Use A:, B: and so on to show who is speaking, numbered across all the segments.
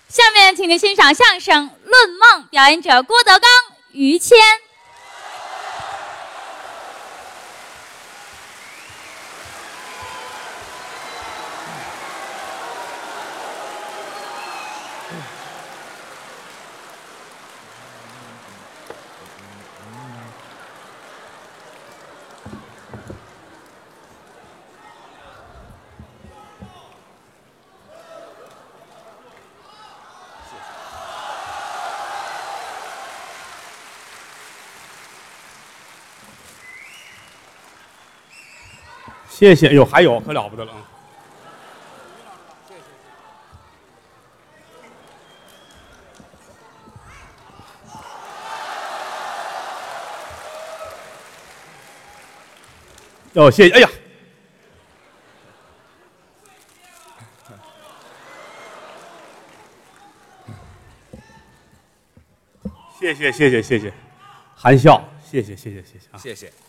A: 下面，请您欣赏相声《论梦》，表演者郭德纲、于谦。
B: 谢谢，哟，还有可了不得了。哟，谢谢，哎呀，谢谢，谢谢，谢谢，含笑，谢谢，谢谢，谢谢啊，
C: 谢谢。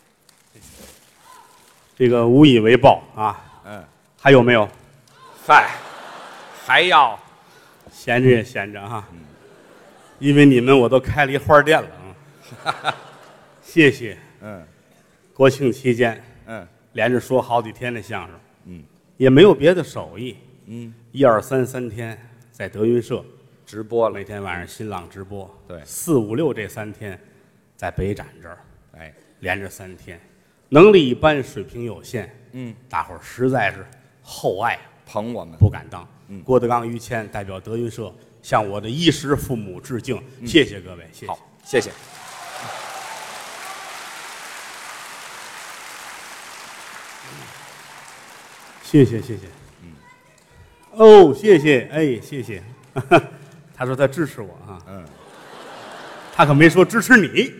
B: 这个无以为报啊。还有没有？
C: 嗨，还要
B: 闲着也闲着哈。因为你们我都开了一花店了啊。谢谢。国庆期间，连着说好几天的相声，也没有别的手艺，1、2、3、3天在德云社
C: 直播了，
B: 每天晚上新浪直播，
C: 对
B: 4、5、6这3天在北展这儿，
C: 哎，
B: 连着3天，能力一般，水平有限，大伙儿实在是厚爱，
C: 捧我们，
B: 不敢当。郭德纲、于谦代表德云社向我的衣食父母致敬，谢谢各位，谢谢。
C: 好，谢谢。
B: 谢谢，谢谢。哦，谢谢，哎，谢谢。他说他支持我啊，他可没说支持你。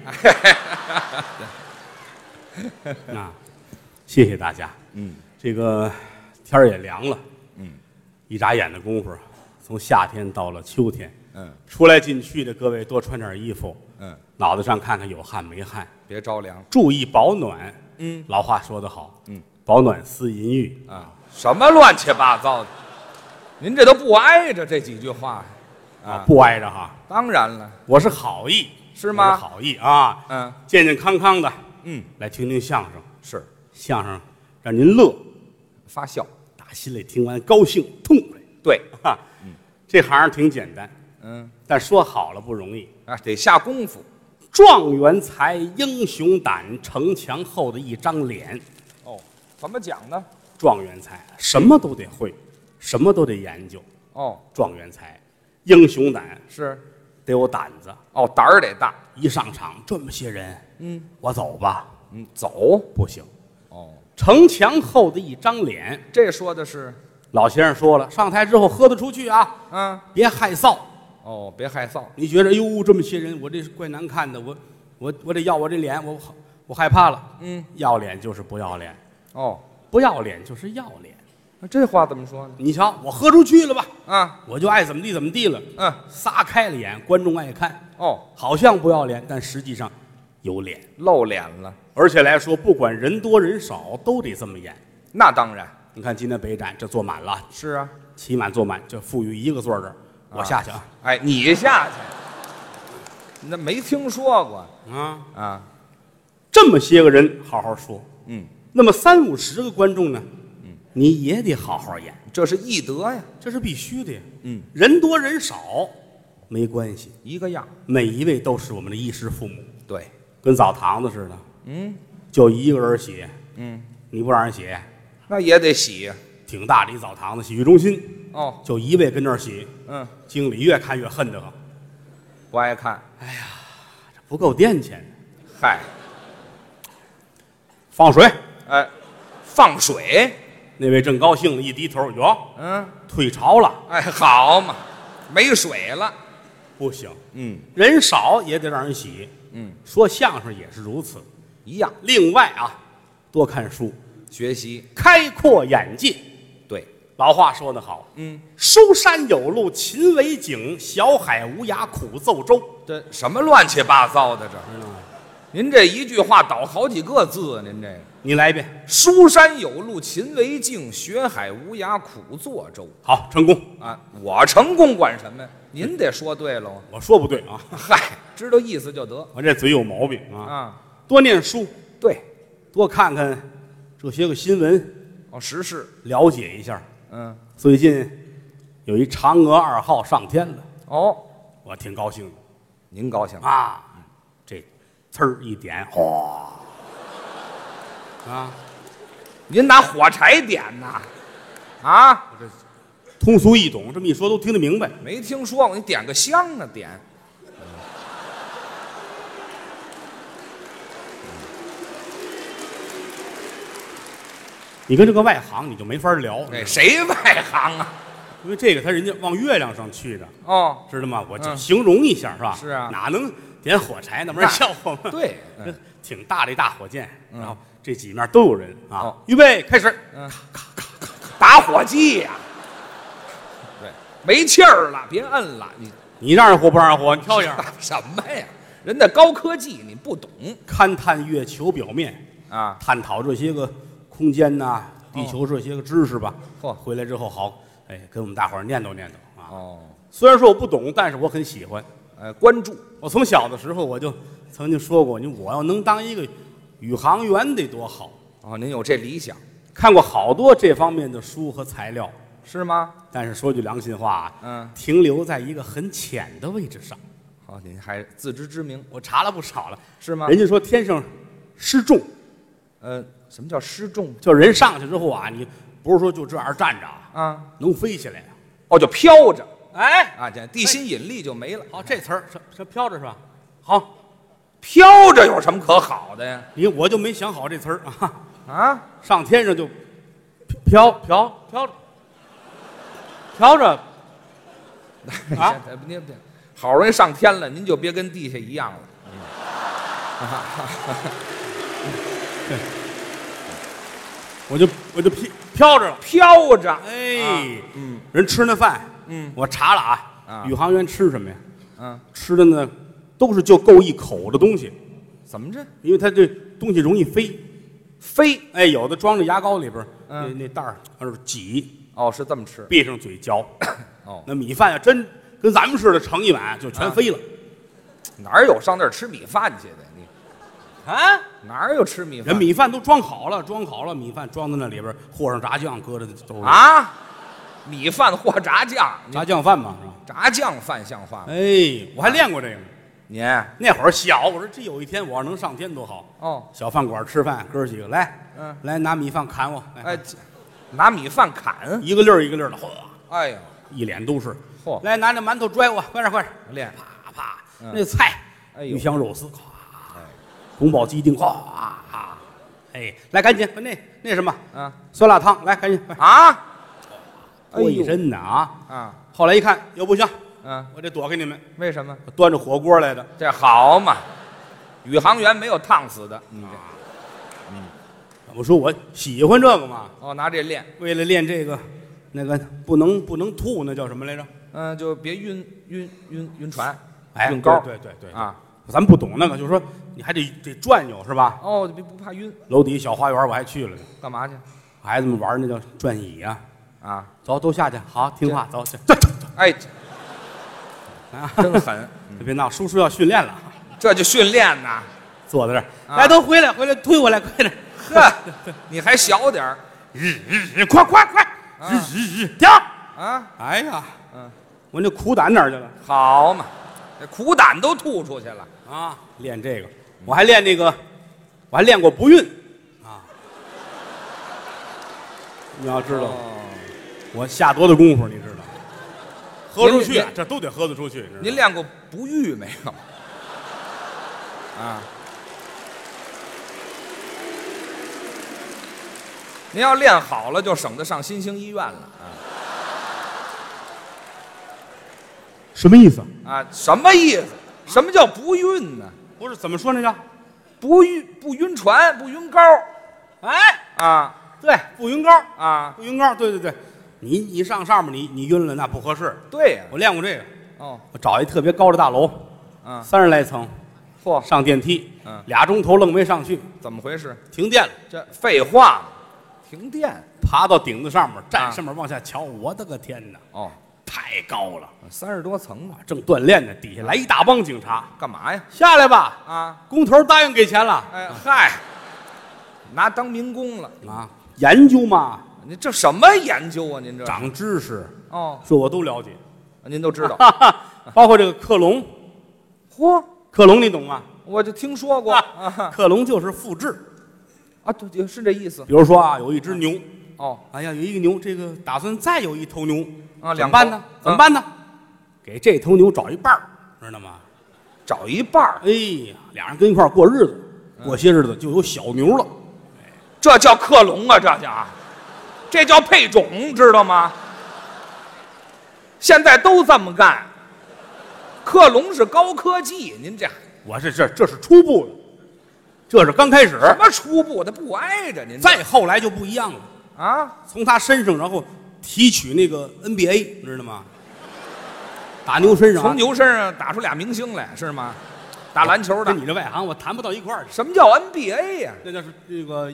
B: 啊，谢谢大家。这个天儿也凉了，一眨眼的功夫，从夏天到了秋天，出来进去的各位多穿点衣服，脑袋上看看有汗没汗，
C: 别着凉，
B: 注意保暖。老话说得好，保暖思淫欲
C: 啊，什么乱七八糟的，您这都不挨着这几句话啊？
B: 不挨着哈。
C: 当然了，
B: 我是好意，
C: 是吗？
B: 我是好意啊，健健康康的，来听听相声，
C: 是
B: 相声让您乐，
C: 发笑，
B: 打心里听完高兴痛快。
C: 对，
B: 这行挺简单，但说好了不容易
C: 啊，得下功夫。
B: 状元才，英雄胆，城墙后的一张脸。
C: 哦，怎么讲呢？
B: 状元才什么都得会，什么都得研究。
C: 哦，
B: 状元才，英雄胆
C: 是
B: 得有胆子。
C: 哦，胆儿得大。
B: 一上场这么些人，我走吧。
C: 走
B: 不行。
C: 哦，
B: 城墙后的一张脸，
C: 这说的是
B: 老先生说了，上台之后喝得出去啊，别害臊。
C: 哦，别害臊。
B: 你觉得，哎呦，这么些人，我这是怪难看的，我得要我这脸，我害怕了。要脸就是不要脸。哦，不要脸就是要脸。
C: 这话怎么说呢？
B: 你瞧，我喝出去了吧？我就爱怎么地怎么地了。撒开了眼，观众爱看。哦，好像不要脸，但实际上有脸，
C: 露脸了。
B: 而且来说，不管人多人少，都得这么演。
C: 那当然。
B: 你看今天北展这坐满了。
C: 是啊，
B: 起满坐满，就富裕一个座这儿。我下去啊！
C: 哎，你下去，那没听说过这
B: 么些个人好好说，那么30、50个观众呢，你也得好好演，
C: 这是艺德呀，
B: 这是必须的呀。人多人少没关系，
C: 一个样，
B: 每一位都是我们的衣食父母，
C: 对，
B: 跟澡堂子似的，就一个人洗，你不让人洗，
C: 那也得洗呀。
B: 挺大的一澡堂子，洗浴中心，就一位跟那儿洗，经理越看越恨得慌，
C: 不爱看。
B: 哎呀，这不够垫钱。
C: 嗨，
B: 放水，
C: 放水。
B: 那位正高兴呢，一低头，哟，退潮了。
C: 哎，好嘛，没水了，
B: 不行。人少也得让人洗。说相声也是如此，
C: 一样。
B: 另外多看书，
C: 学习，
B: 开阔眼界。
C: 对，
B: 老话说得好，书山有路勤为径，小海无涯苦奏舟。
C: 这什么乱七八糟的这？您这一句话倒好几个字，您这个
B: 你来一遍。
C: 书山有路勤为径，学海无涯苦作舟。
B: 好，成功
C: 啊！我成功管什么呀？您得说对喽。
B: 我说不对啊？
C: 嗨，知道意思就得。
B: 我这嘴有毛病啊！
C: 啊，
B: 多念书，
C: 对，
B: 多看看这些个新闻，
C: 时事，
B: 了解一下。
C: 嗯，
B: 最近有一嫦娥2号上天了，我挺高兴的。
C: 您高兴
B: 啊？这呲儿一点，哗！啊，
C: 您拿火柴点呐？啊，
B: 我这通俗易懂，这么一说都听得明白。
C: 没听说过，你点个香啊，点。
B: 你跟这个外行你就没法聊。
C: 哎，谁外行啊？
B: 因为这个他人家往月亮上去的，知道吗？我就形容一下，是吧？
C: 是啊，
B: 哪能点火柴，那不是笑话吗？
C: 对，
B: 挺大的一大火箭，然后这几面都有人啊。预备，开始，咔咔咔咔，
C: 打火机呀。对，没气儿了，别摁了。
B: 你让人活不让人活？你挑一下。
C: 什么呀？人家高科技你不懂。
B: 勘探月球表面
C: 啊，
B: 探讨这些个空间呐、地球这些个知识吧。回来之后好。哎，跟我们大伙儿念叨念叨啊！虽然说我不懂，但是我很喜欢，
C: 关注。
B: 我从小的时候我就曾经说过，我要能当一个宇航员得多好
C: 您有这理想？
B: 看过好多这方面的书和材料，
C: 是吗？
B: 但是说句良心话，停留在一个很浅的位置上。
C: 您还自知之明。
B: 我查了不少了，
C: 是吗？
B: 人家说天上失重，
C: 什么叫失重？
B: 就是人上去之后啊，你不是说就这样站着能飞起来
C: 就飘着。
B: 这
C: 地心引力就没了。
B: 好，这词儿这飘着是吧？好，
C: 飘着有什么可好的呀？
B: 我就没想好这词儿
C: 上
B: 天上就飘着
C: 您好容易上天了，您就别跟地下一样了。
B: 我就飘着了，
C: 飘着。
B: 人吃那饭，我查了宇航员吃什么呀？吃的呢都是就够一口的东西。
C: 怎么着？
B: 因为它这东西容易飞。有的装着牙膏里边，那袋儿是挤。
C: 是这么吃。
B: 闭上嘴嚼。那米饭呀，真跟咱们似的，盛一碗就全飞了。
C: 哪有上那儿吃米饭去的？哪有吃米饭？
B: 人米饭都装好了，米饭装在那里边，和上炸酱，搁着都是
C: 米饭和炸酱，
B: 炸酱饭嘛，是吧？
C: 炸酱饭像话吗？
B: 我还练过这个呢。
C: 您
B: 那会儿小，我说这有一天我要能上天多好。小饭馆吃饭，哥几个来，来拿米饭砍我。
C: 拿米饭砍，
B: 一个粒儿一个粒儿的，
C: 哎呀，
B: 一脸都是。来拿那馒头拽我，快点，
C: 练，
B: 啪啪，那菜，鱼香肉丝，宫保鸡丁，来赶紧把那什么酸辣汤，来赶紧多一身呢后来一看又不行，我得躲开你们。
C: 为什么？
B: 端着火锅来的，
C: 这好嘛，宇航员没有烫死的。
B: 我说我喜欢这个嘛。
C: 拿这练，
B: 为了练这个，那个不能吐，那叫什么来着？
C: 就别晕船，
B: 晕高。对咱们不懂那个，就是说你还得转悠是吧？
C: 不怕晕。楼
B: 底小花园我还去了，
C: 干嘛去？
B: 孩子们玩那叫转椅走都下去，好听话，走。
C: 真狠！
B: 别闹，叔叔要训练了，
C: 这就训练呐。
B: 坐在这儿，来都回来推回来，快点！
C: 你还小点儿，
B: 快，停！哎呀，我那苦胆哪儿去了？
C: 好嘛，这苦胆都吐出去了
B: 练这个，我还练那个，我还练过不孕你要知道，我下多大功夫，你知道？喝出去，这都得喝得出去。
C: 您练过不育没有？您要练好了，就省得上新兴医院了
B: 什么意思
C: 什么意思？什么叫不孕呢？
B: 不是怎么说那叫
C: 不晕船，不晕高。
B: 对，不晕高
C: 不
B: 晕高。对，你上面你晕了那不合适。
C: 对呀，
B: 我练过这个。
C: 我
B: 找一特别高的大楼，30来层，
C: 嚯，
B: 上电梯，2钟头愣没上去，
C: 怎么回事？
B: 停电了。
C: 这废话嘛，停电。
B: 爬到顶子上面，站上面往下瞧，我的个天哪！
C: 哦，
B: 太高了
C: ，30多层呢。
B: 正锻炼呢，底下来一大帮警察，
C: 干嘛呀？
B: 下来吧！
C: 啊，
B: 工头答应给钱了。
C: 哎嗨，拿当民工了
B: 啊！研究嘛，
C: 你这什么研究啊？您这
B: 长知识
C: 哦，
B: 这我都了解，
C: 您都知道，
B: 包括这个克隆。
C: 嚯，
B: 克隆你懂吗？
C: 我就听说过啊。
B: 克隆就是复制
C: 啊，对，是这意思。
B: 比如说啊，有一只牛，
C: 哦，
B: 哎呀，有一个牛，这个打算再有一头牛
C: 啊，
B: 怎么办呢？怎么办呢？给这头牛找一半知道吗？
C: 找一半
B: 哎呀，俩人跟一块过日子，过些日子就有小牛了。
C: 这叫克隆啊，这叫配种，知道吗？现在都这么干。克隆是高科技，您这
B: 我这是初步的，这是刚开始。
C: 什么初步的不挨着您？
B: 再后来就不一样了
C: 啊！
B: 从他身上，然后提取那个 NBA， 知道吗？打牛身上，
C: 从牛身上打出俩明星来是吗？打篮球的。
B: 跟你这外行我谈不到一块儿去。
C: 什么叫 NBA 呀？
B: 那叫是这个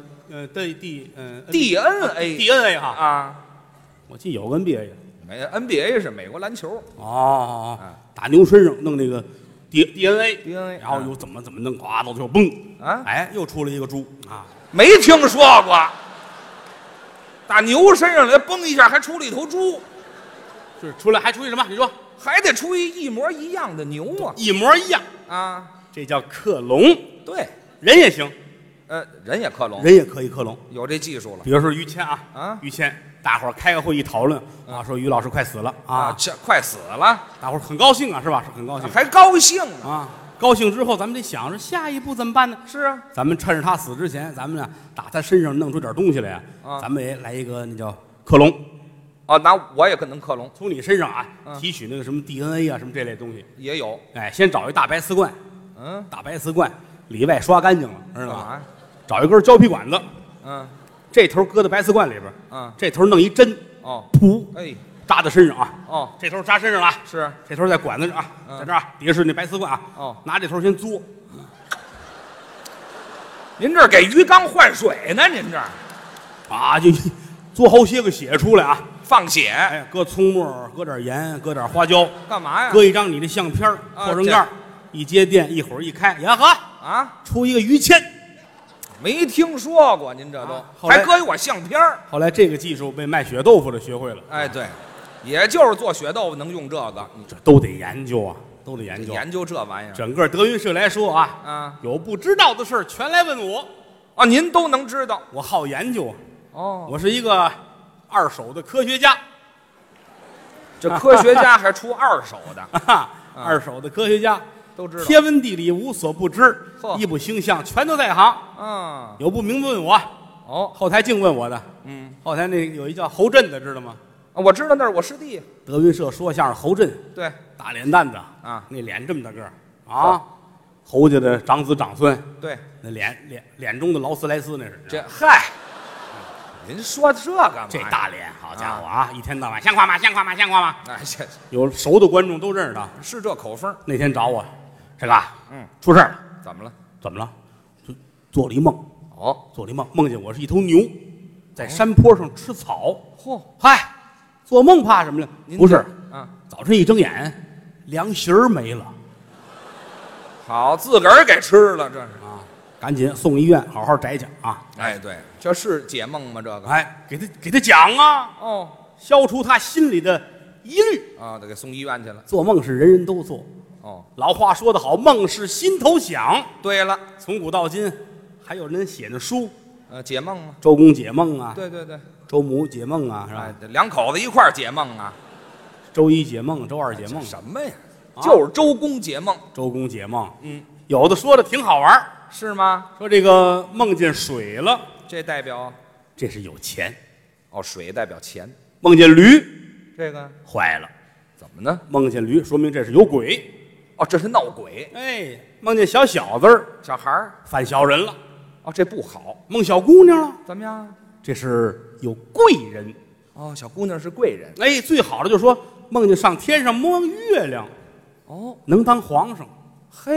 C: DNA
B: 哈
C: 啊！
B: 我记得有个 NBA。
C: NBA 是美国篮球
B: 哦，打牛身上弄那个 DNA， 然后又怎么弄，呱到最后嘣
C: 啊！
B: 哎，又出了一个猪啊！
C: 没听说过，打牛身上来嘣一下，还出了一头猪，
B: 是出来还出一什么？你说
C: 还得出一模一样的牛啊！
B: 一模一样
C: 啊！
B: 这叫克隆。
C: 对，
B: 人也行，
C: 人也克隆，
B: 人也可以克隆，
C: 有这技术了。
B: 比如说于谦啊，于谦。大伙儿开个会议讨论啊，说于老师快死了啊，
C: 这快死了，
B: 大伙儿很高兴啊，是吧？是很高兴，
C: 还高兴
B: 啊！高兴之后，咱们得想着下一步怎么办呢？
C: 是啊，
B: 咱们趁着他死之前，咱们呢打他身上弄出点东西来啊，咱们也来一个那叫克隆。
C: 哦，那我也可能克隆，
B: 从你身上啊提取那个什么 DNA 啊，什么这类东西
C: 也有。
B: 哎，先找一大白瓷罐，大白瓷罐里外刷干净了，知道吗？找一根胶皮管子，这头搁在白瓷罐里边，这头弄一针。
C: 哦，
B: 噗，
C: 哎，
B: 扎在身上啊！
C: 哦，
B: 这头扎身上了，
C: 是这
B: 头在管子上啊，在这儿底下是那白瓷罐啊。
C: 哦，
B: 拿这头先嘬。
C: 您这给鱼缸换水呢？您这
B: 啊，就嘬好些个血出来啊！
C: 放血，
B: 哎，搁葱末，搁点盐，搁点花椒，
C: 干嘛呀？
B: 搁一张你的相片，扣上盖，一接电，一会儿一开，呀呵
C: 啊，
B: 出一个于谦。
C: 没听说过，您这都还搁一我相片。
B: 后来这个技术被卖血豆腐的学会了。
C: 哎，对，也就是做血豆腐能用这个，
B: 这都得研究啊，都得研究。
C: 研究这玩意儿。
B: 整个德云社来说啊，有不知道的事儿全来问我。
C: 啊，您都能知道。
B: 我好研究。
C: 哦，
B: 我是一个二手的科学家。
C: 这科学家还出二手的？
B: 二手的科学家。
C: 都知道
B: 天文地理无所不知，一不形象全都在行。有不明白问我。
C: 哦，
B: 后台净问我的。后台那有一叫侯震的，知道吗？
C: 我知道，那是我师弟。
B: 德云社说相声侯震。
C: 对，
B: 大脸蛋子
C: 啊，
B: 那脸这么大个儿啊，侯家的长子长孙。
C: 对，
B: 那脸中的劳斯莱斯那是。
C: 这嗨，您说这干嘛？
B: 这大脸，好家伙啊！一天到晚像话吗？像话吗？像话吗？
C: 哎，
B: 有熟的观众都认识他，
C: 是这口风。
B: 那天找我。这个出事了，
C: 怎么了？
B: 怎么了？就做了一梦。
C: 哦，
B: 做了一梦，梦见我是一头牛，在山坡上吃草。
C: 嚯，
B: 嗨，做梦怕什么了？不是
C: 啊，
B: 早晨一睁眼，凉席儿没了。
C: 好，自个儿给吃了，这是
B: 啊，赶紧送医院，好好摘去啊！
C: 哎，对，这是解梦吗？这个，
B: 哎，给他讲啊，
C: 哦，
B: 消除他心里的疑虑
C: 啊，得给送医院去了。
B: 做梦是人人都做。
C: 哦，
B: 老话说得好，梦是心头想。
C: 对了，
B: 从古到今，还有人写那书，
C: 解梦吗？
B: 周公解梦啊，
C: 对对对，
B: 周母解梦啊，是吧？
C: 两口子一块儿解梦啊，
B: 周一解梦，周二解梦，
C: 什么呀？就是周公解梦，
B: 周公解梦。有的说的挺好玩，
C: 是吗？
B: 说这个梦见水了，
C: 这代表
B: 这是有钱。
C: 哦，水代表钱。
B: 梦见驴，
C: 这个
B: 坏了，
C: 怎么呢？
B: 梦见驴说明这是有鬼。
C: 哦，这是闹鬼。
B: 哎，梦见小小子儿，
C: 小孩儿
B: 犯小人了。
C: 哦，这不好。
B: 梦小姑娘了，
C: 怎么样？
B: 这是有贵人。
C: 哦，小姑娘是贵人。
B: 哎，最好的就是说梦见上天上摸月亮，
C: 哦，
B: 能当皇上。
C: 嘿，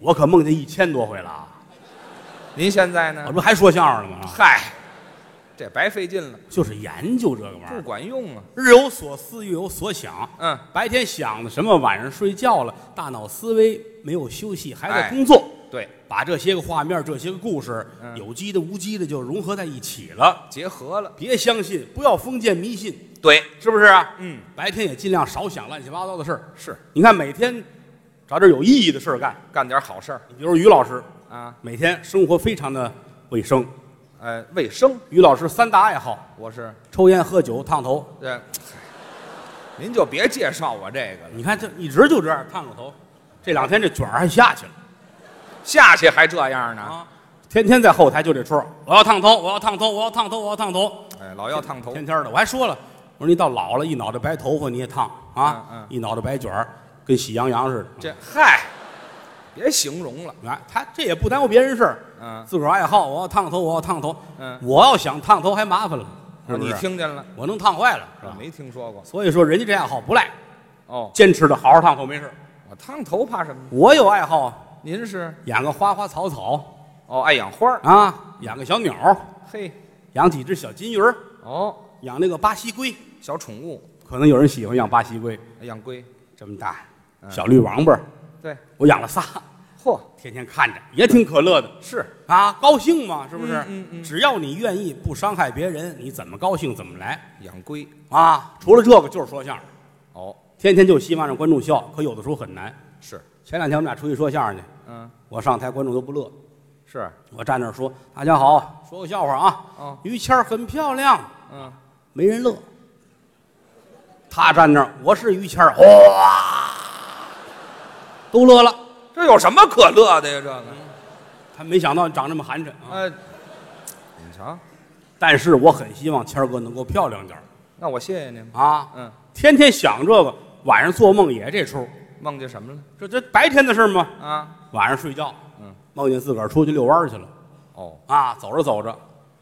B: 我可梦见1000多回了啊！
C: 您现在呢？
B: 我不还说相声了吗？
C: 嗨，这白费劲了，
B: 就是研究这个玩意
C: 不
B: 儿，
C: 管用啊。
B: 日有所思，夜有所想。白天想的什么，晚上睡觉了，大脑思维没有休息，还在工作。
C: 对，
B: 把这些个画面、这些个故事，有机的、无机的，就融合在一起了，
C: 结合了。
B: 别相信，不要封建迷信，
C: 对，
B: 是不是啊？白天也尽量少想乱七八糟的事儿。
C: 是，
B: 你看每天找点有意义的事儿干，
C: 干点好事儿。
B: 你比如于老师
C: 啊，
B: 每天生活非常的卫生。
C: 卫生。
B: 于老师3大爱好，
C: 我是
B: 抽烟、喝酒、烫头。
C: 您就别介绍我这个了。
B: 你看这一直就这样烫个头，这2天这卷儿还下去了，
C: 下去还这样呢？
B: 啊，天天在后台就这出，我要烫头，我要烫头，我要烫头，我要烫头。
C: 老要烫头，
B: 天天的。我还说了，我说你到老了，一脑袋白头发你也烫啊，一脑袋白卷儿，跟喜羊羊似的。
C: 这嗨，别形容了。
B: 他这也不耽误别人事儿，自个儿爱好，我要烫头，我要烫头，我要想烫头还麻烦了，是不是？
C: 你听见了？
B: 我能烫坏了，是吧？
C: 没听说过。
B: 所以说人家这爱好不赖，
C: 哦，
B: 坚持的好好烫头没事。
C: 我烫头怕什么？
B: 我有爱好啊，
C: 您是
B: 养个花花草草，
C: 哦，爱养花
B: 啊，养个小鸟，
C: 嘿，
B: 养几只小金鱼儿，
C: 哦，
B: 养那个巴西龟，
C: 小宠物，
B: 可能有人喜欢养巴西龟，
C: 养龟
B: 这么大，小绿王八，
C: 对，
B: 我养了仨，
C: 嚯，
B: 天天看着也挺可乐的，
C: 是
B: 啊，高兴嘛，是不是？
C: 只
B: 只要你愿意，不伤害别人，你怎么高兴怎么来
C: 养龟
B: 啊。除了这个就是说相声，
C: 哦，
B: 天天就希望让观众笑，可有的时候很难。
C: 是，
B: 前2天我们俩出去说相声去，我上台观众都不乐，
C: 是
B: 我站那儿说大家好，说个笑话啊，于谦儿很漂亮，没人乐。他站那儿，我是于谦儿，哇，都乐了。
C: 这有什么可乐的呀？这个，
B: 他没想到长这么寒碜啊！
C: 你瞧，
B: 但是我很希望谦儿哥能够漂亮点儿。
C: 那我谢谢您
B: 啊，天天想这个，晚上做梦也这出。
C: 梦见什么了？
B: 这白天的事吗？
C: 啊，
B: 晚上睡觉，梦见自个儿出去遛弯去了。
C: 哦，
B: 啊，走着走着，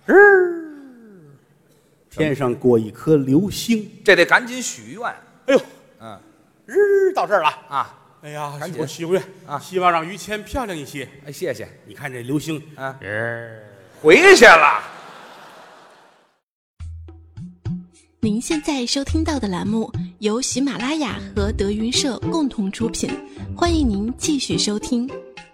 B: 天上过一颗流星，
C: 这得赶紧许愿。
B: 哎呦，到这儿了
C: 啊！
B: 哎呀，
C: 赶紧
B: 许个愿啊，希望让于谦漂亮一些。
C: 哎，谢谢。
B: 你看这流星
C: 啊，回去了。
D: 您现在收听到的栏目由喜马拉雅和德云社共同出品，欢迎您继续收听。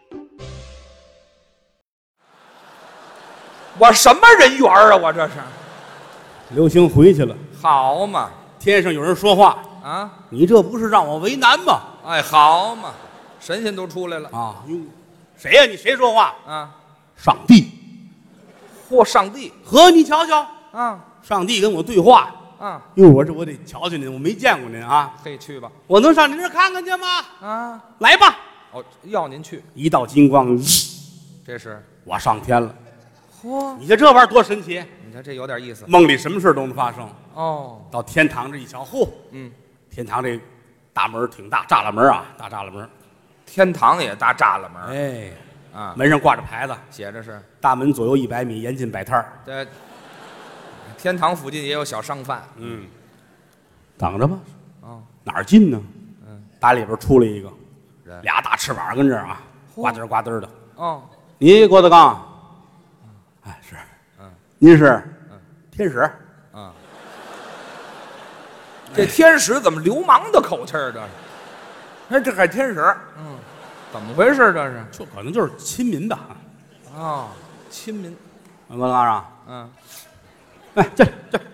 C: 我什么人缘啊？我这是。
B: 流星回去了，
C: 好嘛！
B: 天上有人说话
C: 啊，
B: 你这不是让我为难吗？
C: 哎，好嘛，神仙都出来了
B: 啊！哟，谁呀？你谁说话
C: 啊？
B: 上帝。
C: 嚯，上帝！
B: 呵，你瞧瞧
C: 啊，
B: 上帝跟我对话
C: 啊！
B: 哟，我得瞧瞧您，我没见过您啊。
C: 可以去吧？
B: 我能上您这儿看看去吗？
C: 啊，
B: 来吧。
C: 哦，要您去。
B: 一道金光，
C: 这是
B: 我上天了。
C: 嚯，
B: 你看这玩意儿多神奇！
C: 你看这有点意思。
B: 梦里什么事都能发生。
C: 哦，
B: 到天堂这一瞧，嚯，天堂这大门挺大，栅栏门啊，大栅栏门。
C: 天堂也大栅栏门。
B: 哎，
C: 啊，
B: 门上挂着牌子，
C: 写着是
B: 大门左右100米，严禁摆摊儿。
C: 这天堂附近也有小商贩。
B: 等着吧。
C: 哦，
B: 哪儿进呢？打里边出来一个，俩大翅膀跟这儿啊，呱嘚呱嘚的。
C: 哦，
B: 你郭德纲？哎，是。您是？天使。
C: 这天使怎么流氓的口气儿？这是？哎，这还天使？怎么回事？这是？
B: 这可能就是亲民吧。
C: 哦，亲民。
B: 郭德纲啊。哎，这，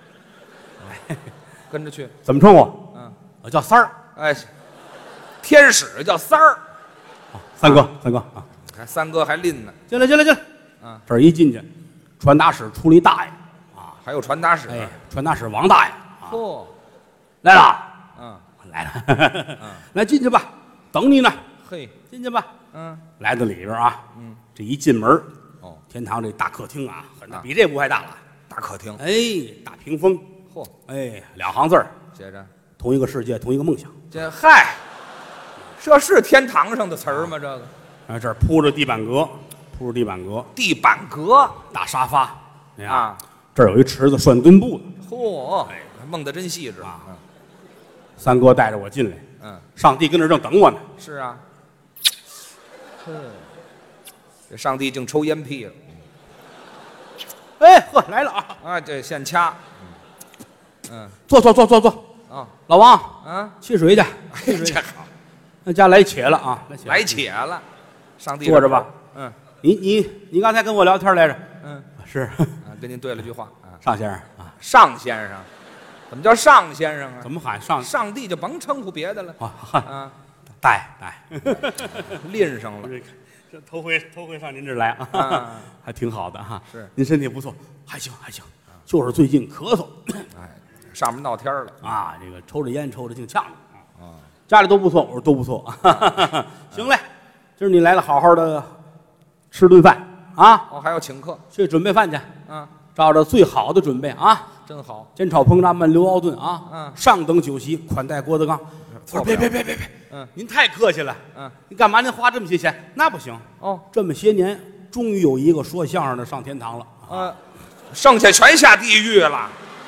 C: 跟着去。
B: 怎么称呼？我叫三儿。
C: 哎，天使叫三儿。
B: 三哥啊。
C: 还三哥还拎呢。
B: 进来。这儿一进去，传达室出了一大爷啊，
C: 还有传达室。
B: 哎，传达室王大爷。
C: 嚯，
B: 来了。来了。来进去吧，等你呢。
C: 嘿，
B: 进去吧。来到里边啊。这一进门，
C: 哦，
B: 天堂这大客厅啊，很大，比这屋还大了。
C: 大客厅。
B: 哎，大屏风。
C: 嚯，
B: 哎，2行字儿
C: 写着
B: 同一个世界，同一个梦想。
C: 这嗨，这是天堂上的词儿吗？这个。
B: 这儿铺着地板革，
C: 地板革，
B: 大沙发。哎呀，
C: 啊，
B: 这儿有一池子涮墩布的。
C: 嚯，梦得真细致
B: 啊！三哥带着我进来，上帝跟这儿正等我呢。
C: 是啊。 这上帝净抽烟屁了。
B: 哎呵，来了啊！
C: 啊，这现掐。
B: 坐
C: 啊，
B: 老王
C: 啊，
B: 沏水去，
C: 哎，这好，
B: 那家来且了啊，
C: 来且了，上帝
B: 坐着吧。你刚才跟我聊天来着？是
C: 啊，跟您对了句话啊，
B: 尚先生啊，
C: 尚先生，怎么叫尚先生啊？
B: 怎么喊
C: 上帝就甭称呼别的了啊，
B: 大爷，
C: 拎上了。
B: 这头回上您这儿来啊，还挺好的哈。
C: 是，
B: 您身体不错，还行，就是最近咳嗽，
C: 哎，上面闹天了
B: 啊，这个抽着烟抽着净呛着啊。家里都不错，我说都不错，行嘞，今儿你来了，好好的吃顿饭啊。
C: 哦，还要请客，
B: 去准备饭去，照着最好的准备啊。
C: 真好，
B: 煎炒烹炸焖溜熬炖啊，上等酒席款待郭德纲。我说别，您太客气了，您干嘛您花这么些钱？那不行
C: 哦，
B: 这么些年终于有一个说相声的上天堂了，
C: 剩下全下地狱了。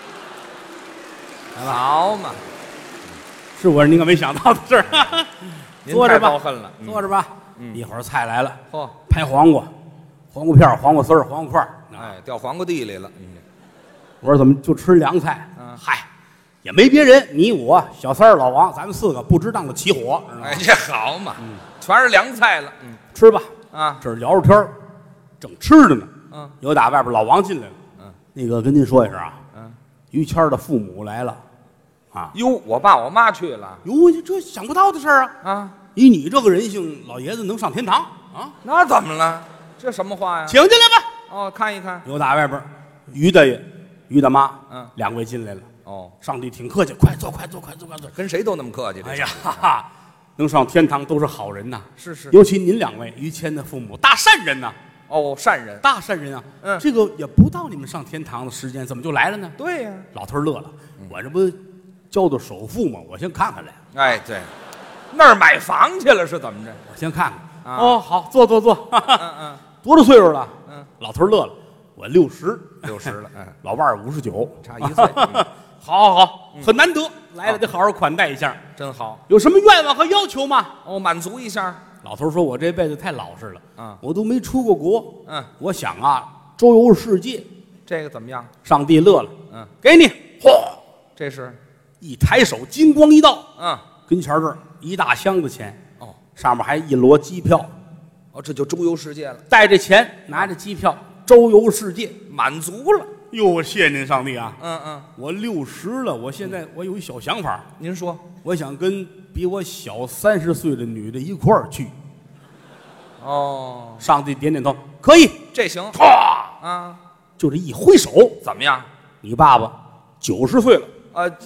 C: 好嘛，
B: 是我您可没想到的事儿。坐着吧，
C: 高恨了，
B: 坐着吧。一会儿菜来了，
C: 嚯，
B: 拍黄瓜片、黄瓜丝儿、黄瓜块儿，
C: 哎，掉黄瓜地里了。
B: 我说怎么就吃凉菜？嗨，也没别人，你我小三儿老王，咱们4个不值当的起火。
C: 哎，这好嘛，全是凉菜了。
B: 吃吧
C: 啊，
B: 这儿聊着天儿，正吃着呢。有打外边老王进来了。那个跟您说一声啊，于谦儿的父母来了。啊，
C: 哟，我爸我妈去了。
B: 哟，这想不到的事儿啊！以你这个人性，老爷子能上天堂啊？
C: 那怎么了？这什么话呀？
B: 请进来吧。
C: 哦，看一看。
B: 有打外边，于大爷、于大妈，2位进来了。
C: 哦，
B: 上帝挺客气，快坐，
C: 跟谁都那么客气。
B: 哎呀，哈哈，能上天堂都是好人呐。
C: 是，
B: 尤其您2位，于谦的父母，大善人呐。
C: 哦，善人，
B: 大善人啊。这个也不到你们上天堂的时间，怎么就来了呢？
C: 对呀。
B: 老头乐了，我这不交的首付吗？我先看看来。
C: 哎，对，那儿买房去了是怎么着？
B: 我先看看。哦，好，坐。多大岁数了？老头乐了，我60
C: 了。
B: 老伴儿59，
C: 差1岁。
B: 好，很难得，来了得好好款待一下。
C: 真好。
B: 有什么愿望和要求吗？
C: 哦，满足一下。
B: 老头说：“我这辈子太老实了，我都没出过国。我想周游世界。
C: 这个怎么样？”
B: 上帝乐了，给你。嚯，
C: 这是
B: 一抬手，金光一道，跟前这儿一大箱子钱，上面还一摞机票，
C: 这就周游世界了。
B: 带着钱，拿着机票，周游世界，
C: 满足了。
B: 哟，谢您上帝啊！
C: 我
B: 60了，我现在我有一小想法。
C: 您说，
B: 我想跟比我小30岁的女的一块儿去。
C: 哦，
B: 上帝点点头，可以，
C: 这行。
B: 唰，就这一挥手，
C: 怎么样？
B: 你爸爸90岁了。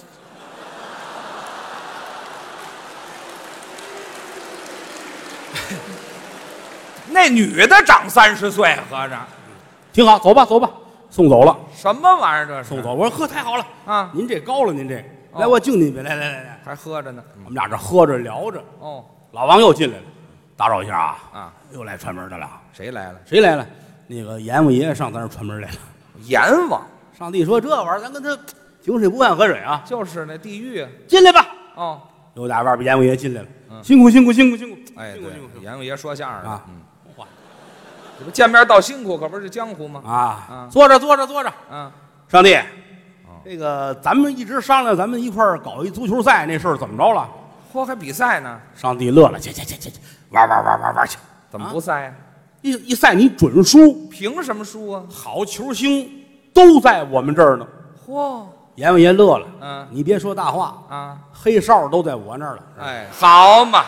C: 那女的长30岁，合着
B: 挺好，走吧，送走了。
C: 什么玩意儿？这是
B: 送走。我说呵，太好了
C: 啊！
B: 您这高了，您这来，我敬您一杯，来，
C: 还喝着呢。
B: 我们俩这喝着聊着。老王又进来了，打扰一下啊！又来串门的了。
C: 谁来了？
B: 那个阎王爷爷上咱这串门来了。
C: 阎王，
B: 上帝说这玩意儿咱跟他井水不犯河水啊。
C: 就是那地狱。
B: 进来吧。又打外边阎王爷进来了。辛苦。
C: 哎，对，阎王爷说相声
B: 啊。
C: 这不见面道辛苦，可不是江湖吗？
B: 坐着。上帝，这个咱们一直商量，咱们一块儿搞一足球赛，那事儿怎么着了？
C: 嚯，还比赛呢？
B: 上帝乐了，去，玩去。
C: 怎么不赛呀？
B: 一赛你准输。
C: 凭什么输啊？
B: 好球星都在我们这儿呢。
C: 嚯，
B: 阎王爷乐了。你别说大话黑哨都在我那儿了。
C: 哎，好嘛。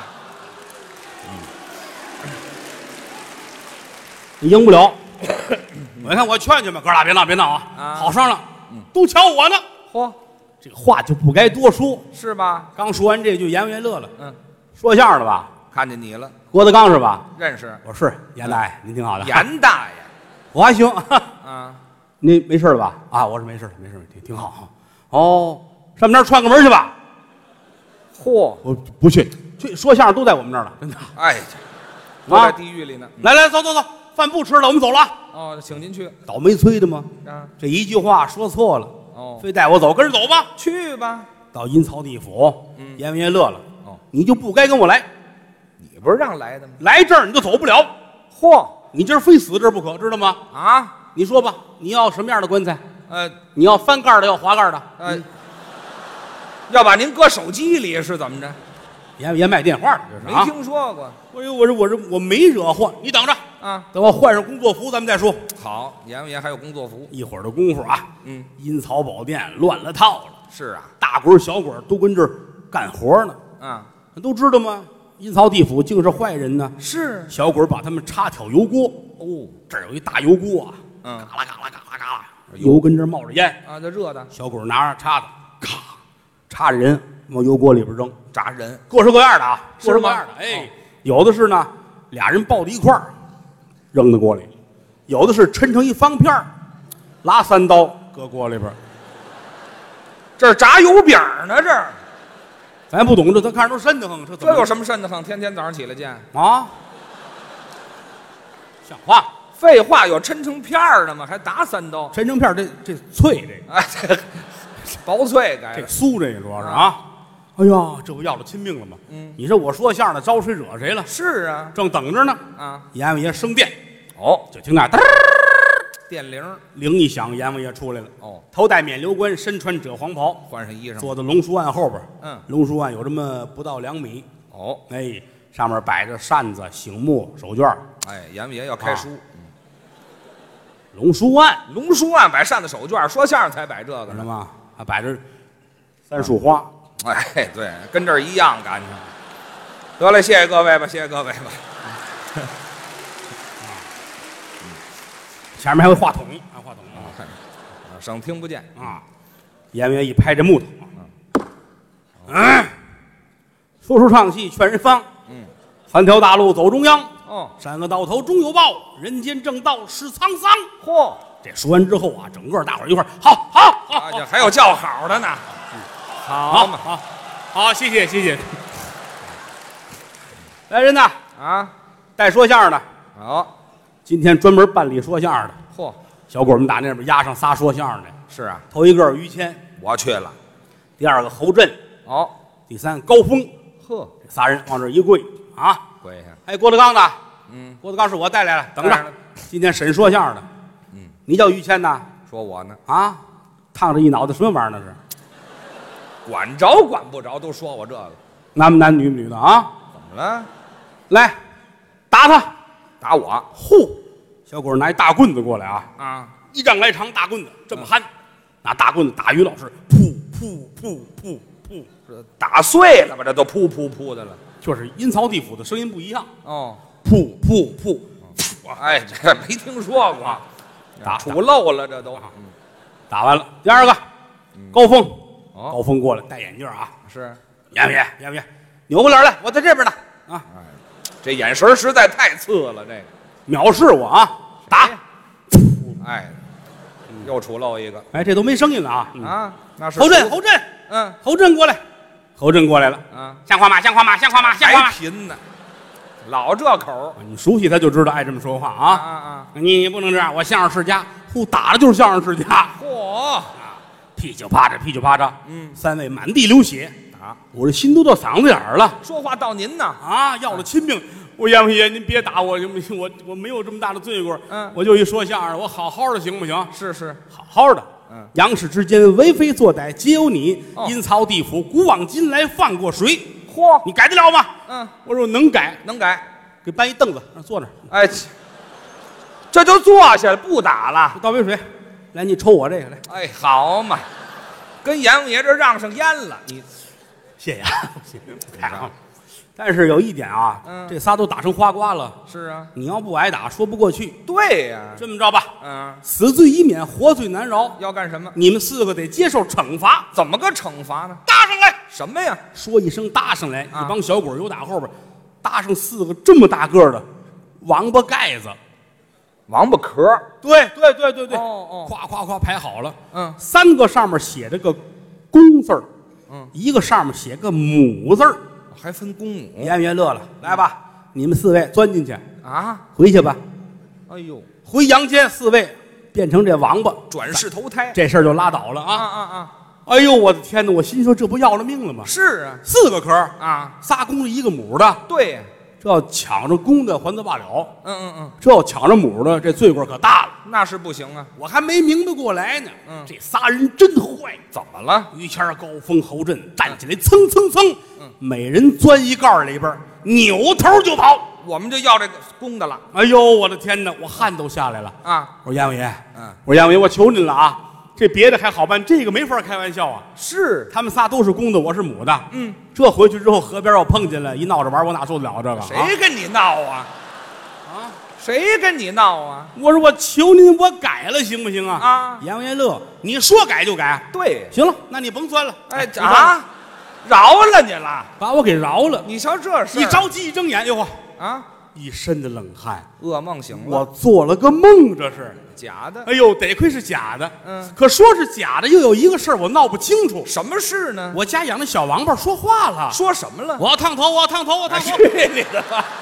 B: 你赢不了，我看我劝劝吧，哥俩别闹啊，好商量，都瞧我呢。
C: 嚯，
B: 这个话就不该多说，
C: 是吧？
B: 刚说完这句，阎王爷乐了。说相声的吧？
C: 看见你了，
B: 郭德纲是吧？
C: 认识。
B: 我是阎大爷，您挺好的。
C: 阎大爷，
B: 我还行。您没事了吧？我是没事，挺好。上面那儿串个门去吧。
C: 嚯，
B: 我不去说相声都在我们那儿了，真的。
C: 哎，都在地狱里呢。
B: 来，走。饭不吃了，我们走了。
C: 请您去。
B: 倒霉催的吗？这一句话说错了，非带我走，跟着走吧。
C: 去吧。
B: 到阴曹地府，阎王爷乐了。你就不该跟我来。
C: 你不是让来的吗？
B: 来这儿你就走不了。
C: 嚯，
B: 你今儿非死这儿不可，知道吗？
C: 啊，
B: 你说吧，你要什么样的棺材？
C: 呃
B: 你要翻盖的，要滑盖的？
C: 要把您搁手机里是怎么着？
B: 也卖电话的，这是
C: 没
B: 啊。
C: 听说过
B: 我没惹祸，你等着，
C: 啊。
B: 等我换上工作服咱们再说。
C: 好，阎王爷还有工作服。
B: 一会儿的功夫啊，阴曹宝殿乱了套了。
C: 是啊，
B: 大鬼小鬼都跟这儿干活呢。
C: 啊，
B: 都知道吗？阴曹地府竟是坏人呢。
C: 是
B: 小鬼把他们插挑油锅。
C: 哦，
B: 这儿有一大油锅啊，嘎啦嘎啦嘎啦嘎啦，油跟这儿冒着烟
C: 啊，这热的，
B: 小鬼拿着叉子，咔，插着人往油锅里边扔，
C: 炸人，
B: 各式各样的啊，各
C: 是吗
B: 式各样的。哎，有的是呢，俩人抱在一块儿扔到锅里，有的是抻成一方片儿，拉3刀搁锅里边。
C: 这儿炸油饼呢，这儿
B: 咱不懂这，咱看着都瘆得慌。
C: 这有什么瘆得慌？天天早上起来见
B: 啊？像话？
C: 废话，有抻成片儿的吗？还打3刀？
B: 抻成片儿这脆这个，
C: 哎，这薄脆改
B: 这
C: 的
B: 酥这个主要是啊。哎呀，这不要了亲命了吗？你说我说相声的招谁惹谁了？
C: 是啊，
B: 正等着呢。
C: 啊，
B: 阎王爷升殿，
C: 哦，
B: 就听那嘚儿
C: 电铃，
B: 铃一响，阎王爷出来了。
C: 哦，
B: 头戴冕旒冠，身穿赭黄袍，
C: 换上衣裳，
B: 坐在龙书案后边。龙书案有这么不到2米。
C: 哦，
B: 哎，上面摆着扇子、醒目、手绢。
C: 哎，阎王爷要开书，
B: 龙书案，
C: 龙书案摆扇子手绢，说相声才摆这个呢。
B: 知道吗？还摆着3束花。
C: 哎，对，跟这儿一样感情。得了，谢谢各位吧，谢谢各位吧。
B: 前面还有话筒啊，话筒啊，
C: 省听不见
B: 啊。阎王爷一拍这木头，说书唱戏劝人方。3条大路走中央。
C: 哦，
B: 山恶到头终有报，人间正道是沧桑。
C: 嚯！
B: 这说完之后啊，整个大伙儿一块儿，好好好，
C: 这还有叫好的呢。好嘛，
B: 好，谢谢谢谢。来人呐，
C: 啊，
B: 带说相声的，
C: 好，
B: 今天专门办理说相声的。
C: 嚯，
B: 小鬼们打那边押上仨说相声的，
C: 是啊，
B: 头一个于谦，
C: 我去了。
B: 第二个侯震，
C: 哦，
B: 第三高峰。
C: 呵，
B: 这仨人往这一跪啊，
C: 跪下。
B: 还有郭德纲的，郭德纲是我带来了，等着。今天审说相声的，你叫于谦呐？
C: 说我呢？
B: 啊，烫着一脑袋什么玩意儿那是？
C: 管着管不着，都说我这个。
B: 男不男女不女的啊？
C: 怎么了？
B: 来，打他！
C: 打我？
B: 呼！小鬼拿一大棍子过来啊！
C: 啊，
B: 一丈来长大棍子，这么憨，拿大棍子打于老师，噗噗噗噗噗，
C: 这打碎了吧？这都噗噗噗的了。
B: 就是阴曹地府的声音不一样。
C: 哦，
B: 噗噗噗！
C: 哎，这没听说过，
B: 打
C: 杵漏了，这都。
B: 打完了，第二个，高峰，
C: 哦，
B: 高峰过来，戴眼镜啊。
C: 是，
B: 阎王爷，阎王爷，扭过脸来，我在这边呢。啊，
C: 这眼神实在太次了，这个
B: 藐视我啊！打！
C: 哎，又杵漏一个。
B: 哎，这都没声音了啊！
C: 啊，那是
B: 侯震，侯震，侯震过来，侯震过来了。像话吗？像话吗？像话吗？像话吗？
C: 还贫呢，老这口。
B: 你熟悉他就知道爱这么说话啊！你不能这样，我相声世家，呼打的就是相声世家。
C: 嚯！
B: 噼里啪嚓，噼里啪嚓，三位满地流血啊！我这心都到嗓子眼儿了。
C: 说话到您呢
B: 啊！要了亲命！我阎王爷，您别打我，我没有这么大的罪过。我就一说相声，我好好的行不行？
C: 是，
B: 好好的。杨氏之间为非作歹皆有你，阴曹地府古往今来放过谁？
C: 嚯！
B: 你改得了吗？我说我能改，
C: 能改。
B: 给搬一凳子，让坐那儿。
C: 哎，这就坐下了，不打了。
B: 倒杯水，来，你抽我这个来。
C: 哎，好嘛，跟阎王爷这让上烟了。你
B: 谢谢啊，谢谢。但是有一点啊，这仨都打成花瓜了。
C: 是啊，
B: 你要不挨打，说不过去。
C: 对呀，
B: 这么着吧，死罪已免，活罪难饶。
C: 要干什么？
B: 你们4个得接受惩罚。
C: 怎么个惩罚呢？
B: 搭上来！
C: 什么呀？
B: 说一声搭上来，一帮小鬼由打后边搭上4个这么大个的王八盖子，
C: 王八壳。
B: 对，夸夸夸排好了。3个上面写着个公字儿，一个上面写个母字儿。
C: 还分公母。
B: 阎王爷乐了，来吧，你们4位钻进去
C: 啊，
B: 回去吧。
C: 哎呦，
B: 回阳间，4位变成这王八，
C: 转世投胎，
B: 这事儿就拉倒了啊！哎呦，我的天哪！我心说这不要了命了吗？
C: 是啊
B: ，4个壳
C: 啊，
B: 3公的1个母的。
C: 对呀，
B: 这要抢着公的还则罢了，这要抢着母的，这罪过可大了。
C: 那是不行啊。
B: 我还没明白过来呢。这仨人真坏。
C: 怎么了？
B: 于谦高峰侯震站起来，蹭蹭蹭，每人钻一盖里边，扭头就跑。
C: 我们就要这个公的了。
B: 哎呦，我的天哪，我汗都下来了
C: 啊！
B: 我说阎王爷，我说阎王爷，我求您了啊！这别的还好办，这个没法开玩笑啊。
C: 是，
B: 他们仨都是公的，我是母的。这回去之后，河边要碰见了，一闹着玩，我哪受得了这个？
C: 谁跟你闹啊？谁跟你闹啊？
B: 我说我求您，我改了行不行啊？
C: 啊！
B: 阎王爷乐，你说改就改。
C: 对，
B: 行了，那你甭钻了。
C: 哎啊，饶了你了，
B: 把我给饶了。
C: 你瞧这事，
B: 一着急一睁眼，哟呵，
C: 啊，
B: 一身的冷汗，
C: 噩梦醒了。
B: 我做了个梦，这是
C: 假的。
B: 哎呦，得亏是假的。可说是假的，又有一个事儿我闹不清楚。
C: 什么事呢？
B: 我家养的小王八说话了。
C: 说什么了？
B: 我要烫头，我要烫头，我要烫头。
C: 去你的吧！